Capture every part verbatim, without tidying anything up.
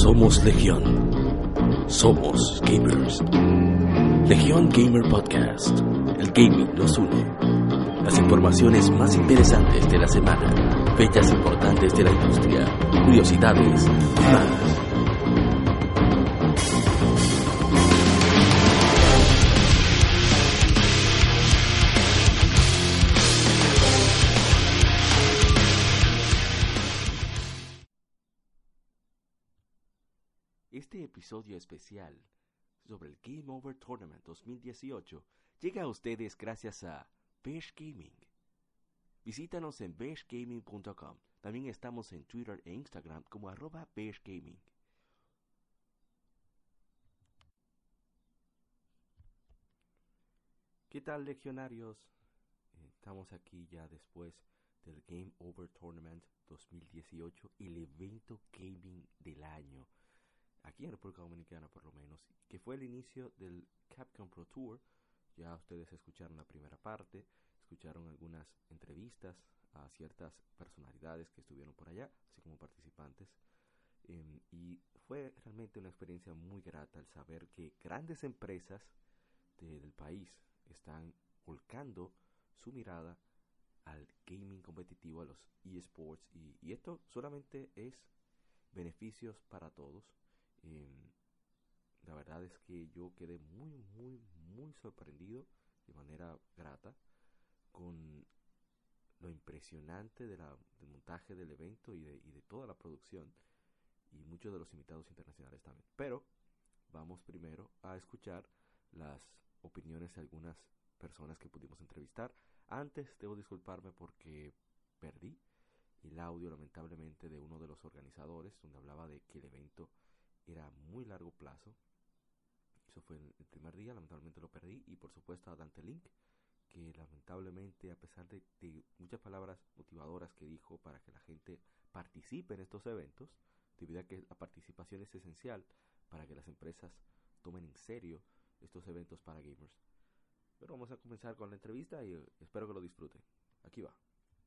Somos Legión. Somos gamers. Legión Gamer Podcast. El gaming nos une. Las informaciones más interesantes de la semana, fechas importantes de la industria, curiosidades y más. Este episodio especial sobre el Game Over Tournament dos mil dieciocho llega a ustedes gracias a Besh Gaming. Visítanos en besh gaming punto com. También estamos en Twitter e Instagram como arroba Besh Gaming. ¿Qué tal, legionarios? Estamos aquí ya después del Game Over Tournament dos mil dieciocho, el evento gaming del año. Aquí en República Dominicana por lo menos, que fue el inicio del Capcom Pro Tour. Ya ustedes escucharon la primera parte, escucharon algunas entrevistas a ciertas personalidades que estuvieron por allá, así como participantes, eh, y fue realmente una experiencia muy grata el saber que grandes empresas de, del país están volcando su mirada al gaming competitivo, a los eSports, y, y esto solamente es beneficios para todos. Eh, la verdad es que yo quedé muy, muy, muy sorprendido de manera grata con lo impresionante de la, del montaje del evento y de, y de toda la producción y muchos de los invitados internacionales también. Pero vamos primero a escuchar las opiniones de algunas personas que pudimos entrevistar. Antes debo disculparme porque perdí el audio lamentablemente de uno de los organizadores, donde hablaba de que el evento era muy largo plazo. Eso fue el primer día, lamentablemente lo perdí. Y por supuesto a Dante Link, que lamentablemente, a pesar de, de muchas palabras motivadoras que dijo para que la gente participe en estos eventos, debido a que la participación es esencial para que las empresas tomen en serio estos eventos para gamers. Pero vamos a comenzar con la entrevista y espero que lo disfruten. Aquí va.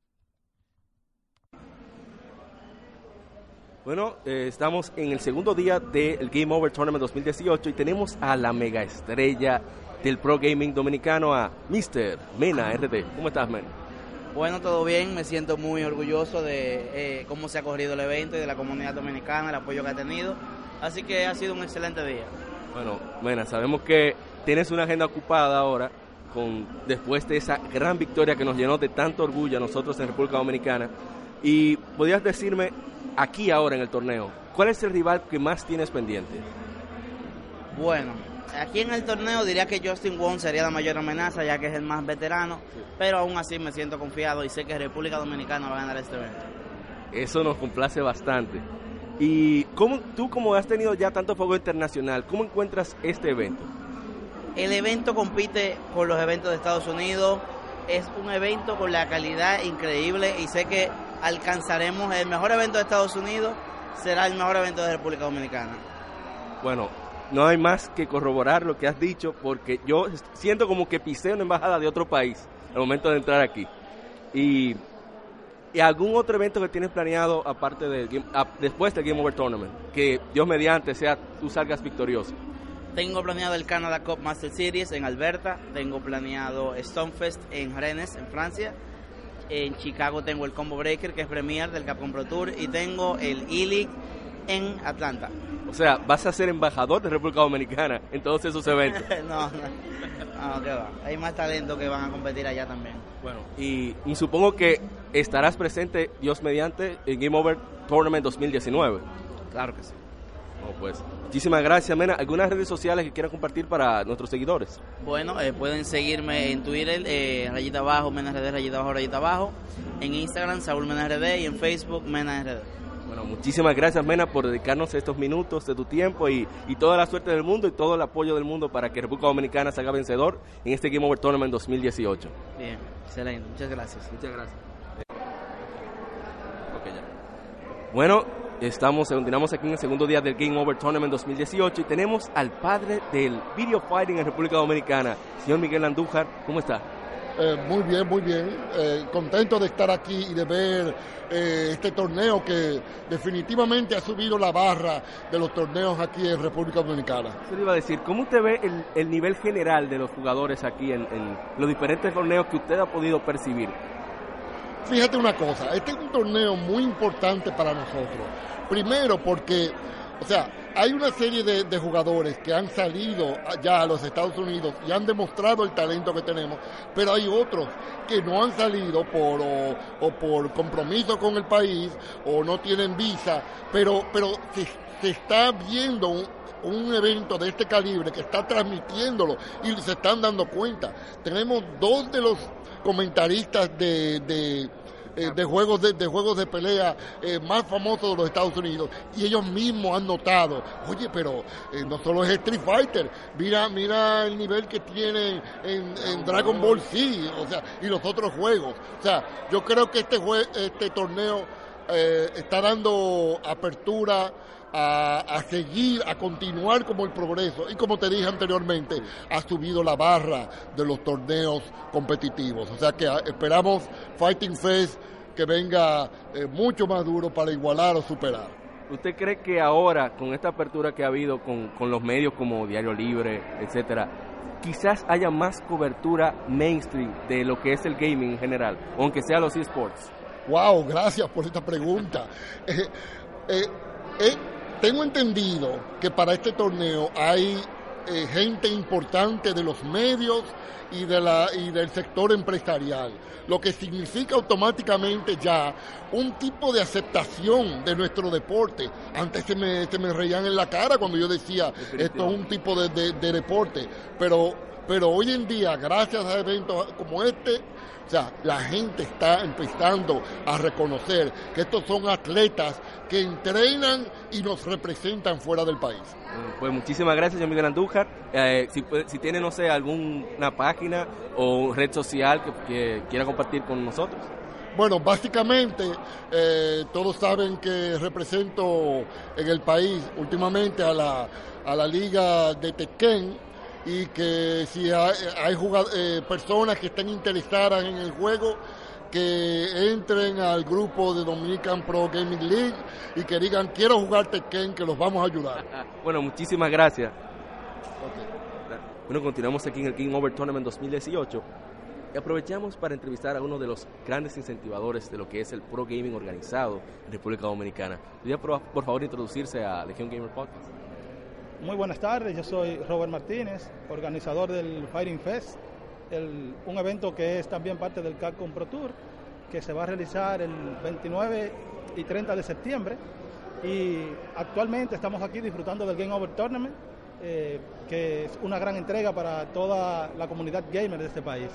Bueno, eh, estamos en el segundo día del Game Over Tournament dos mil dieciocho y tenemos a la mega estrella del Pro Gaming dominicano, a mister Mena R D. ¿Cómo estás, Mena? Bueno, todo bien, me siento muy orgulloso de eh, cómo se ha corrido el evento y de la comunidad dominicana, el apoyo que ha tenido, así que ha sido un excelente día. Bueno, Mena, sabemos que tienes una agenda ocupada ahora, con después de esa gran victoria que nos llenó de tanto orgullo a nosotros en República Dominicana, y podrías decirme, aquí ahora en el torneo, ¿cuál es el rival que más tienes pendiente? Bueno, aquí en el torneo diría que Justin Wong sería la mayor amenaza, ya que es el más veterano, sí. Pero aún así me siento confiado y sé que República Dominicana va a ganar este evento. Eso nos complace bastante. Y ¿cómo, tú, como has tenido ya tanto fuego internacional, ¿cómo encuentras este evento? El evento compite con los eventos de Estados Unidos, es un evento con la calidad increíble y sé que alcanzaremos el mejor evento de Estados Unidos, será el mejor evento de República Dominicana. Bueno, no hay más que corroborar lo que has dicho, porque yo siento como que pisé una embajada de otro país al momento de entrar aquí. Y, y algún otro evento que tienes planeado aparte del game, a, después del Game Over Tournament, que Dios mediante sea tú salgas victorioso. Tengo planeado el Canada Cup Master Series en Alberta, tengo planeado Stonefest en Rennes, en Francia. En Chicago tengo el Combo Breaker, que es Premier del Capcom Pro Tour, y tengo el E-League en Atlanta. O sea, vas a ser embajador de República Dominicana en todos esos eventos. no, no, no, qué va. Hay más talento que van a competir allá también. Bueno, y, y supongo que estarás presente, Dios mediante, en Game Over Tournament dos mil diecinueve. Claro que sí. Oh, pues, muchísimas gracias, Mena. ¿Algunas redes sociales que quieran compartir para nuestros seguidores? Bueno, eh, pueden seguirme en Twitter, eh, rayita abajo, Mena R D, rayita abajo, rayita abajo. En Instagram, Saúl Mena R D, y en Facebook, Mena R D. Bueno, muchísimas gracias, Mena, por dedicarnos estos minutos de tu tiempo y, y toda la suerte del mundo y todo el apoyo del mundo para que República Dominicana salga vencedor en este Game Over Tournament dos mil dieciocho. Bien, excelente. Muchas gracias. Muchas gracias. Okay, ya. Bueno, estamos, continuamos aquí en el segundo día del Game Over Tournament dos mil dieciocho y tenemos al padre del video fighting en República Dominicana, señor Miguel Andújar. ¿Cómo está? Eh, muy bien, muy bien. Eh, contento de estar aquí y de ver eh, este torneo que definitivamente ha subido la barra de los torneos aquí en República Dominicana. Eso le iba a decir, ¿cómo usted ve el, el nivel general de los jugadores aquí en, en los diferentes torneos que usted ha podido percibir? Fíjate una cosa, este es un torneo muy importante para nosotros. Primero porque, o sea, hay una serie de, de jugadores que han salido ya a los Estados Unidos y han demostrado el talento que tenemos, pero hay otros que no han salido por o, o por compromiso con el país o no tienen visa, pero, pero se, se está viendo un, un evento de este calibre que está transmitiéndolo y se están dando cuenta. Tenemos dos de los comentaristas de, de, eh, de juegos de, de juegos de pelea eh, más famosos de los Estados Unidos y ellos mismos han notado, oye, pero eh, no solo es Street Fighter, mira mira el nivel que tienen en, en Dragon Ball Z, o sea, y los otros juegos. O sea, yo creo que este jue este torneo eh, está dando apertura A, a seguir, a continuar como el progreso y como te dije anteriormente, ha subido la barra de los torneos competitivos, o sea que a, esperamos Fighting Fest que venga eh, mucho más duro para igualar o superar. ¿Usted cree que ahora, con esta apertura que ha habido con, con los medios como Diario Libre, etcétera, quizás haya más cobertura mainstream de lo que es el gaming en general, aunque sea los eSports? Wow, gracias por esta pregunta. eh, eh, eh, Tengo entendido que para este torneo hay eh, gente importante de los medios y, de la, y del sector empresarial, lo que significa automáticamente ya un tipo de aceptación de nuestro deporte. Antes se me, se me reían en la cara cuando yo decía esto es un tipo de, de, de deporte, pero, pero hoy en día, gracias a eventos como este, o sea, la gente está empezando a reconocer que estos son atletas que entrenan y nos representan fuera del país. Pues muchísimas gracias, señor Miguel Andújar. Eh, si, si tiene, no sé, alguna página o red social que, que quiera compartir con nosotros. Bueno, básicamente eh, todos saben que represento en el país últimamente a la, a la liga de Tekken, y que si hay, hay jugad- eh, personas que estén interesadas en el juego, que entren al grupo de Dominican Pro Gaming League y que digan quiero jugar Tekken, que los vamos a ayudar. Bueno, muchísimas gracias. Okay. Bueno, continuamos aquí en el Game Over Tournament dos mil dieciocho y aprovechamos para entrevistar a uno de los grandes incentivadores de lo que es el Pro Gaming organizado en República Dominicana. ¿Podría por, por favor introducirse a Legion Gamer Podcast? Muy buenas tardes, yo soy Robert Martínez, organizador del Fighting Fest, el, un evento que es también parte del Capcom Pro Tour, que se va a realizar el veintinueve y treinta de septiembre, y actualmente estamos aquí disfrutando del Game Over Tournament, eh, que es una gran entrega para toda la comunidad gamer de este país.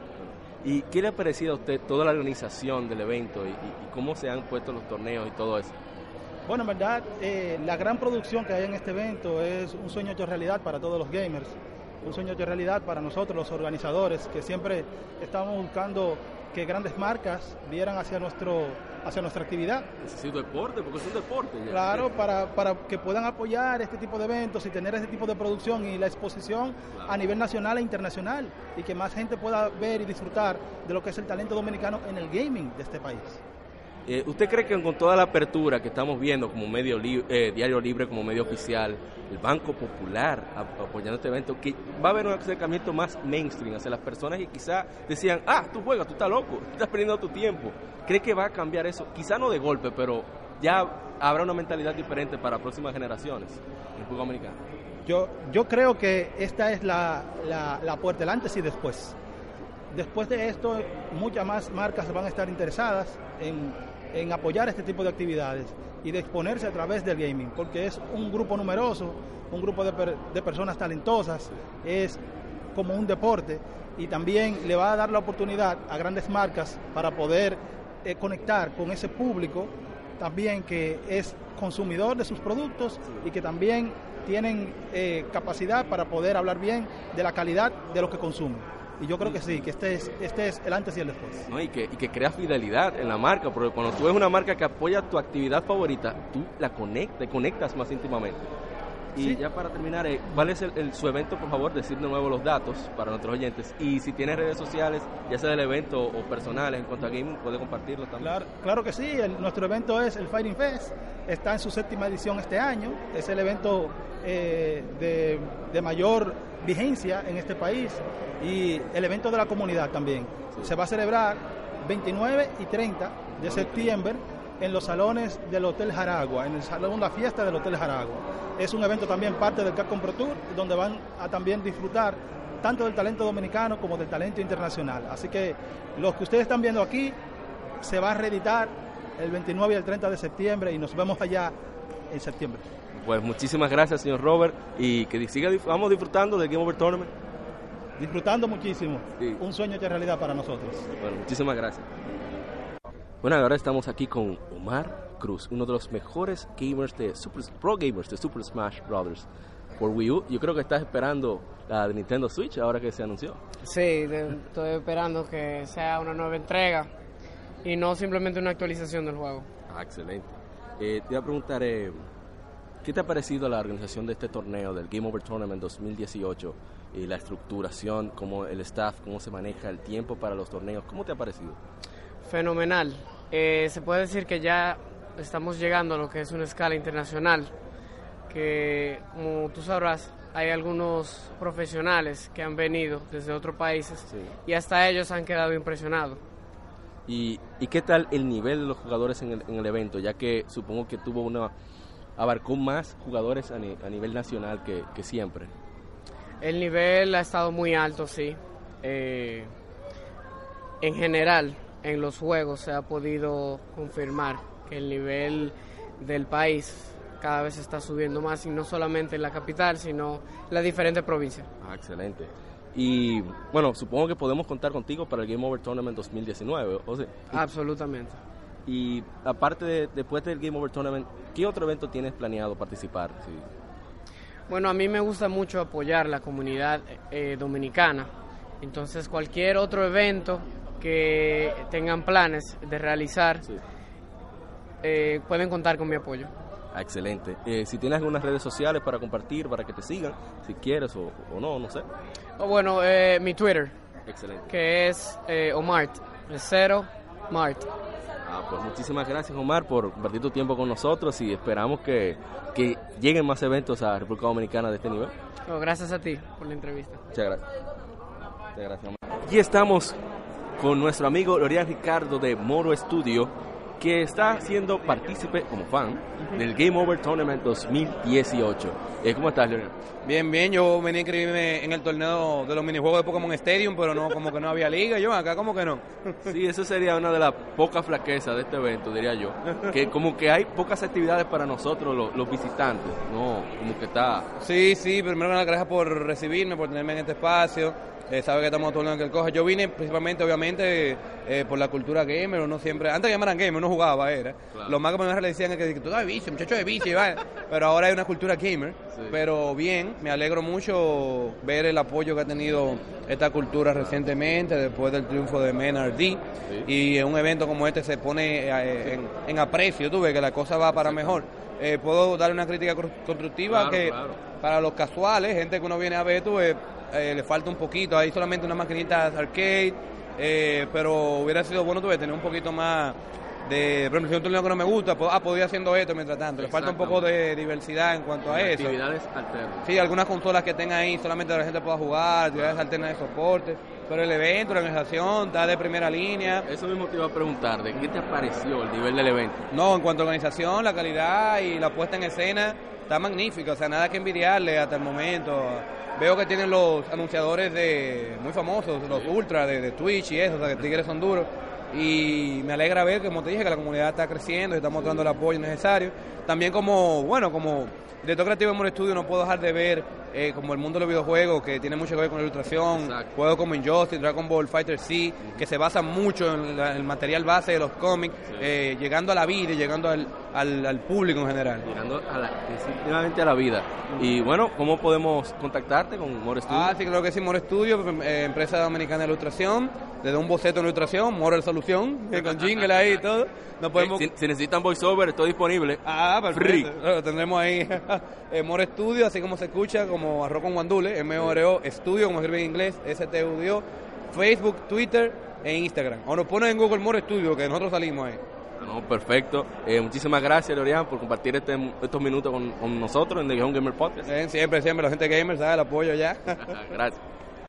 ¿Y qué le ha parecido a usted toda la organización del evento y, y, y cómo se han puesto los torneos y todo eso? Bueno, en verdad, eh, la gran producción que hay en este evento es un sueño hecho realidad para todos los gamers, un sueño hecho realidad para nosotros los organizadores, que siempre estamos buscando que grandes marcas vieran hacia nuestro hacia nuestra actividad. Es un deporte, porque es un deporte. Ya. Claro, para, para que puedan apoyar este tipo de eventos y tener este tipo de producción y la exposición claro. a nivel nacional e internacional, y que más gente pueda ver y disfrutar de lo que es el talento dominicano en el gaming de este país. Eh, ¿Usted cree que con toda la apertura que estamos viendo como medio li eh, Diario Libre como medio oficial, el Banco Popular ap apoyando este evento, que va a haber un acercamiento más mainstream hacia las personas que quizá decían, ah, tú juegas, tú estás loco, tú estás perdiendo tu tiempo? ¿Cree que va a cambiar eso? Quizá no de golpe, pero ya habrá una mentalidad diferente para próximas generaciones en República Dominicana. Yo, yo creo que esta es la, la, la puerta, el antes y después. Después de esto, muchas más marcas van a estar interesadas en, en apoyar este tipo de actividades y de exponerse a través del gaming, porque es un grupo numeroso, un grupo de, per, de personas talentosas, es como un deporte, y también le va a dar la oportunidad a grandes marcas para poder eh, conectar con ese público también que es consumidor de sus productos y que también tienen eh, capacidad para poder hablar bien de la calidad de lo que consumen. Y yo creo que sí, que este es, este es el antes y el después. No, y, que, y que crea fidelidad en la marca, porque cuando tú ves una marca que apoya tu actividad favorita, tú la conectas, te conectas más íntimamente. Y Sí. ya para terminar, eh, ¿cuál es el, el- su evento, por favor? Decir de nuevo los datos para nuestros oyentes. Y si tiene redes sociales, ya sea del evento o personales en cuanto a gaming, puede compartirlo también. Claro, claro que sí, el- nuestro evento es el Fighting Fest, está en su séptima edición este año, es el evento eh, de, de mayor vigencia en este país y el evento de la comunidad también. Sí. Se va a celebrar veintinueve y treinta de septiembre en los salones del Hotel Jaragua, en el salón La Fiesta del Hotel Jaragua. Es un evento también parte del Capcom Pro Tour, donde van a también disfrutar tanto del talento dominicano como del talento internacional. Así que lo que ustedes están viendo aquí se va a reeditar el veintinueve y el treinta de septiembre y nos vemos allá en septiembre. Pues muchísimas gracias, señor Robert, y que siga, dif- vamos disfrutando del Game Over Tournament. Disfrutando muchísimo, Sí. un sueño de realidad para nosotros. Bueno, muchísimas gracias. Bueno, ahora estamos aquí con Omar Cruz, uno de los mejores gamers de Super, Pro Gamers de Super Smash Brothers por Wii U. Yo creo que estás esperando la de Nintendo Switch ahora que se anunció. Sí, de- estoy esperando que sea una nueva entrega y no simplemente una actualización del juego. Ah, excelente. Eh, te iba a preguntar, eh, ¿qué te ha parecido la organización de este torneo, del Game Over Tournament dos mil dieciocho? Y la estructuración, cómo el staff, cómo se maneja el tiempo para los torneos. ¿Cómo te ha parecido? Fenomenal. Eh, se puede decir que ya estamos llegando a lo que es una escala internacional, que como tú sabrás, hay algunos profesionales que han venido desde otros países Sí. y hasta ellos han quedado impresionados. ¿Y, y qué tal el nivel de los jugadores en el, en el evento? Ya que supongo que tuvo una abarcó más jugadores a, ni- a nivel nacional que, que siempre. El nivel ha estado muy alto, sí. Eh, en general, en los juegos se ha podido confirmar que el nivel del país cada vez está subiendo más, y no solamente en la capital, sino en las diferentes provincias. Ah, excelente. Y bueno, supongo que podemos contar contigo para el Game Over Tournament dos mil diecinueve, ¿o sí? Absolutamente. Y aparte de, después del Game Over Tournament, ¿qué otro evento tienes planeado participar? Sí. Bueno, a mí me gusta mucho apoyar la comunidad eh, dominicana. Entonces, cualquier otro evento que tengan planes de realizar, Sí. eh, pueden contar con mi apoyo. Ah, excelente. Eh, si tienes algunas redes sociales para compartir, para que te sigan, si quieres o, o no, no sé. O bueno, eh, mi Twitter, Excelente. que es eh, Omart, cero Mart. Ah, pues muchísimas gracias, Omar, por compartir tu tiempo con nosotros y esperamos que, que lleguen más eventos a República Dominicana de este nivel. No, gracias a ti por la entrevista. Muchas gracias. Muchas gracias, Omar. Aquí estamos con nuestro amigo Lorian Ricardo de Moro Studio, que está siendo partícipe como fan del Game Over Tournament dos mil dieciocho. Eh, ¿Cómo estás, Lorian? Bien, bien, yo venía a inscribirme en el torneo de los minijuegos de Pokémon Stadium, pero no, como que no había liga, yo acá como que no. Sí, eso sería una de las pocas flaquezas de este evento, diría yo. Que como que hay pocas actividades para nosotros, los, los visitantes, no, como que está... Sí, sí, primero que nada, gracias por recibirme, por tenerme en este espacio. Eh, sabe que estamos torneo que el coge. Yo vine principalmente, obviamente, eh, por la cultura gamer. Uno siempre, antes que llamaran gamer, uno jugaba, era. Claro. Los más que me le decían que, que tú eres bici, muchacho de bici, va. Pero ahora hay una cultura gamer. Sí. Pero bien, me alegro mucho ver el apoyo que ha tenido esta cultura recientemente, después del triunfo de Men R D. Sí. Y en un evento como este se pone eh, en, en aprecio, tú ves que la cosa va para mejor. Eh, puedo dar una crítica cru- constructiva Claro, que claro. para los casuales, gente que uno viene a ver, tú ves, eh, le falta un poquito, hay solamente unas maquinitas arcade, eh, pero hubiera sido bueno, tú ves, tener un poquito más de, por ejemplo, si hay un torneo que no me gusta, pues, ah, podía haciendo esto mientras tanto, le falta un poco de diversidad en cuanto a eso. Actividades alternas. Sí, algunas consolas que tengan ahí solamente la gente pueda jugar, actividades alternas de soporte, pero el evento, la organización está de primera línea. Eso mismo te iba a preguntar, ¿de qué te pareció el nivel del evento? No, en cuanto a organización, la calidad y la puesta en escena, está magnífica, o sea, nada que envidiarle hasta el momento. Veo que tienen los anunciadores de muy famosos, los Ultra de, de Twitch y eso, o sea, que Tigres son duros. Y me alegra ver, como te dije, que la comunidad está creciendo y está mostrando el apoyo necesario. También como, bueno, como director creativo de Moro Studio no puedo dejar de ver eh, como el mundo de los videojuegos, que tiene mucho que ver con la ilustración, Exacto. juegos como Injustice, Dragon Ball Fighter Z, uh-huh. que se basan mucho en la, el material base de los cómics, sí. eh, llegando a la vida y llegando al, al, al público en general. Llegando a la, definitivamente a la vida. Y bueno, ¿cómo podemos contactarte con More Studio? Ah, sí, creo que sí, More Studio, eh, empresa dominicana de ilustración, desde un boceto de ilustración, More Solución, eh, con jingle ahí y todo. No podemos... si, si necesitan voiceover, estoy disponible. Ah, perfecto. Free. Lo tendremos ahí. eh, More Studio, así como se escucha, como arroz con guandule, M O R O, Studio, como se escribe en inglés, S T U D O, Facebook, Twitter e Instagram. O nos ponen en Google More Studio, que nosotros salimos ahí. No, perfecto. Eh, muchísimas gracias, Lorian, por compartir este, estos minutos con, con nosotros en The Young Gamer Podcast. Eh, siempre, siempre, la gente gamer, ¿sabes? El apoyo ya. Gracias.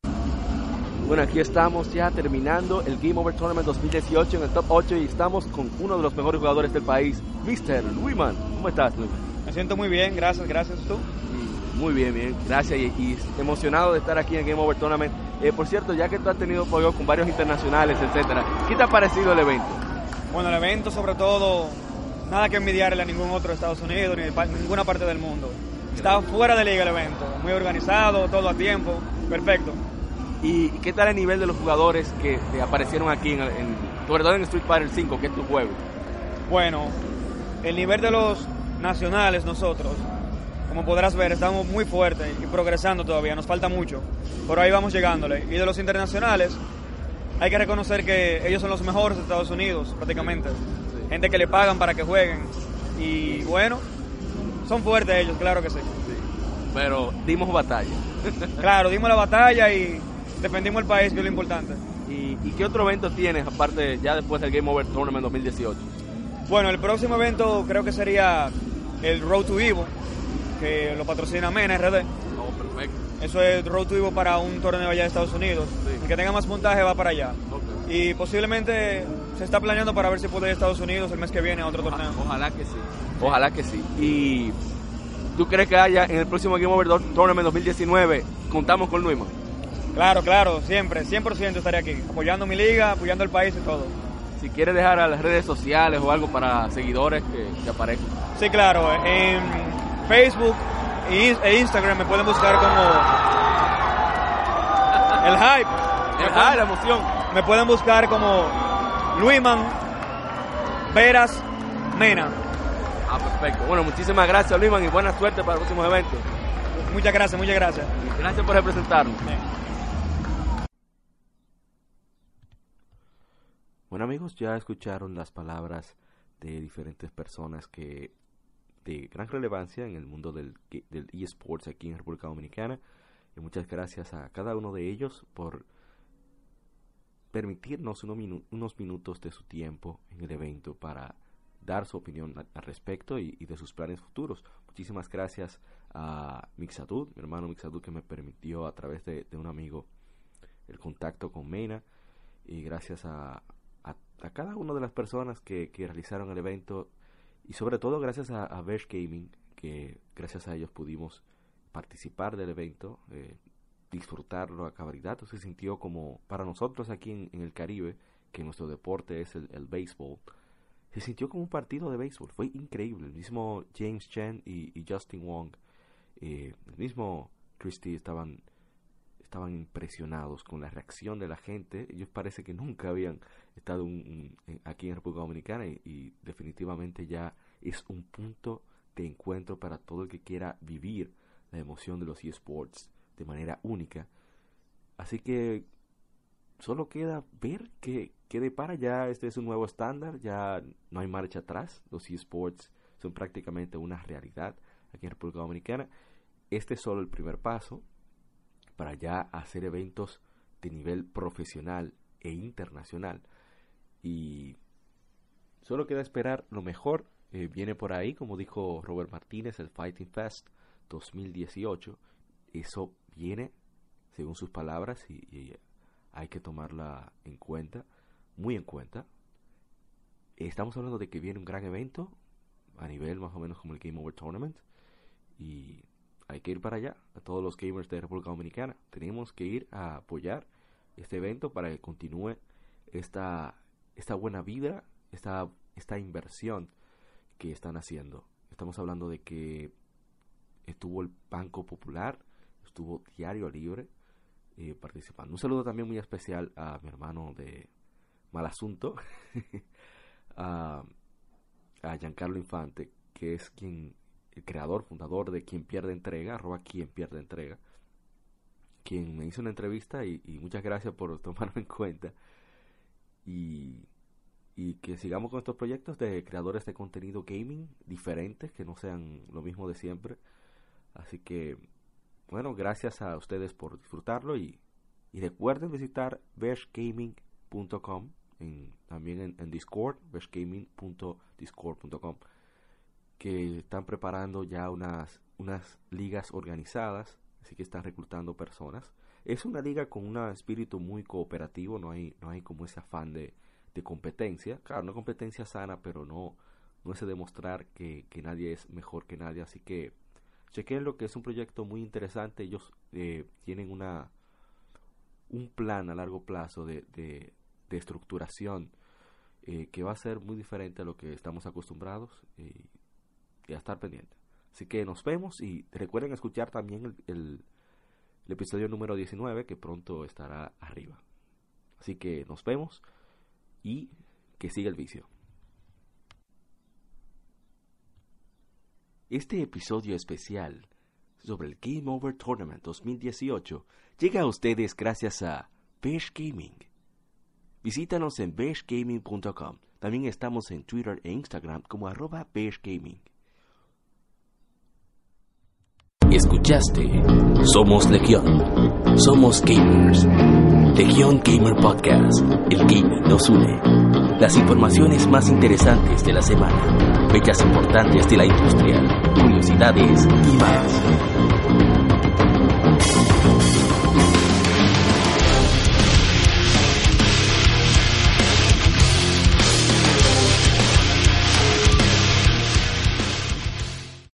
Bueno, aquí estamos ya terminando el Game Over Tournament dos mil dieciocho en el top ocho y estamos con uno de los mejores jugadores del país, mister Luisman. ¿Cómo estás, Luisman? Me siento muy bien, gracias, gracias. ¿Tú? Muy bien, bien, gracias y, y emocionado de estar aquí en Game Over Tournament. Eh, por cierto, ya que tú has tenido juegos con varios internacionales, etcétera, ¿qué te ha parecido el evento? Bueno, el evento sobre todo, nada que envidiarle a ningún otro de Estados Unidos ni de pa- ninguna parte del mundo. Está fuera de liga el evento, muy organizado, todo a tiempo, perfecto. ¿Y qué tal el nivel de los jugadores que, que aparecieron aquí, en, en, sobre todo en Street Fighter cinco, que es tu juego? Bueno, el nivel de los nacionales nosotros, como podrás ver, estamos muy fuertes y progresando todavía, nos falta mucho, pero ahí vamos llegándole. Y de los internacionales, hay que reconocer que ellos son los mejores de Estados Unidos, prácticamente. Sí. Gente que le pagan para que jueguen. Y bueno, son fuertes ellos, claro que sí. sí. Pero dimos batalla. Claro, dimos la batalla y defendimos el país, que es lo importante. ¿Y, y qué otro evento tienes, aparte ya después del Game Over Tournament dos mil dieciocho? Bueno, el próximo evento creo que sería el Road to Evo, que lo patrocina MENA R D. Oh, perfecto. Eso es Road to Evo para un torneo allá de Estados Unidos. Sí. El que tenga más puntaje va para allá. Okay. Y posiblemente se está planeando para ver si puede ir a Estados Unidos el mes que viene a otro torneo. Ojalá que sí. Ojalá que sí. ¿Y tú crees que haya en el próximo Game Over Tournament dos mil diecinueve, contamos con Luisman? Claro, claro, siempre, cien por ciento estaré aquí, apoyando mi liga, apoyando el país y todo. Si quieres dejar a las redes sociales o algo para seguidores que, que aparezcan. Sí, claro, en Facebook e Instagram me pueden buscar como el hype. El hype, la emoción. Me pueden buscar como Luisman Veras Mena. Ah, perfecto. Bueno, muchísimas gracias, Luisman, y buena suerte para los próximos eventos. Muchas gracias, muchas gracias. Gracias por representarnos. Sí. Bueno, amigos, ya escucharon las palabras de diferentes personas que de gran relevancia en el mundo del, del eSports aquí en República Dominicana. Y muchas gracias a cada uno de ellos por permitirnos unos, minu- unos minutos de su tiempo en el evento para dar su opinión al, al respecto y, y de sus planes futuros. Muchísimas gracias a Mixadud, mi hermano Mixadud, que me permitió a través de, de un amigo el contacto con Mena. Y gracias a, a, a cada una de las personas que, que realizaron el evento. Y sobre todo gracias a, a Verge Gaming, que gracias a ellos pudimos participar del evento, eh, disfrutarlo a cabalidad. Se sintió como, para nosotros aquí en, en el Caribe, que nuestro deporte es el, el béisbol, se sintió como un partido de béisbol. Fue increíble. El mismo James Chen y, y Justin Wong, eh, el mismo Christie, estaban, estaban impresionados con la reacción de la gente. Ellos parece que nunca habían estado un, un, aquí en República Dominicana y, y definitivamente ya es un punto de encuentro para todo el que quiera vivir la emoción de los eSports de manera única. Así que solo queda ver que, que depara ya. Este es un nuevo estándar, ya no hay marcha atrás. Los eSports son prácticamente una realidad aquí en República Dominicana. Este es solo el primer paso para ya hacer eventos de nivel profesional e internacional. Y solo queda esperar lo mejor. Eh, viene por ahí, como dijo Robert Martínez, el Fighting Fest dos mil dieciocho. Eso viene, según sus palabras, y, y hay que tomarla en cuenta, muy en cuenta. Estamos hablando de que viene un gran evento, a nivel más o menos como el Game Over Tournament, y hay que ir para allá. A todos los gamers de República Dominicana tenemos que ir a apoyar este evento para que continúe esta, esta buena vibra, esta, esta inversión que están haciendo. Estamos hablando de que estuvo el Banco Popular, estuvo Diario Libre eh, participando. Un saludo también muy especial a mi hermano de Mal Asunto, a, a Giancarlo Infante, que es quien, el creador, fundador de Quien Pierde Entrega, arroba Quien Pierde Entrega, quien me hizo una entrevista y, y muchas gracias por tomarme en cuenta. Y, y que sigamos con estos proyectos de creadores de contenido gaming diferentes, que no sean lo mismo de siempre. Así que, bueno, gracias a ustedes por disfrutarlo y, y recuerden visitar vesh gaming punto com, en, también en, en Discord, vesh gaming punto discord punto com, que están preparando ya unas, unas ligas organizadas, así que están reclutando personas. Es una liga con un espíritu muy cooperativo, no hay, no hay como ese afán de, de competencia. Claro, una competencia sana, pero no, no es de demostrar que, que nadie es mejor que nadie. Así que chequen lo que es un proyecto muy interesante. Ellos eh, tienen una un plan a largo plazo de, de, de estructuración eh, que va a ser muy diferente a lo que estamos acostumbrados, eh, y a estar pendiente. Así que nos vemos y recuerden escuchar también el, el, el episodio número diecinueve, que pronto estará arriba. Así que nos vemos y que siga el vicio. Este episodio especial sobre el Game Over Tournament dos mil dieciocho llega a ustedes gracias a Vesh Gaming. Visítanos en vesh gaming punto com. También estamos en Twitter e Instagram como arroba vesh gaming. Escuchaste Somos Legión, somos gamers. Legión Gamer Podcast, el gaming nos une. Las informaciones más interesantes de la semana, fechas importantes de la industria, curiosidades y más.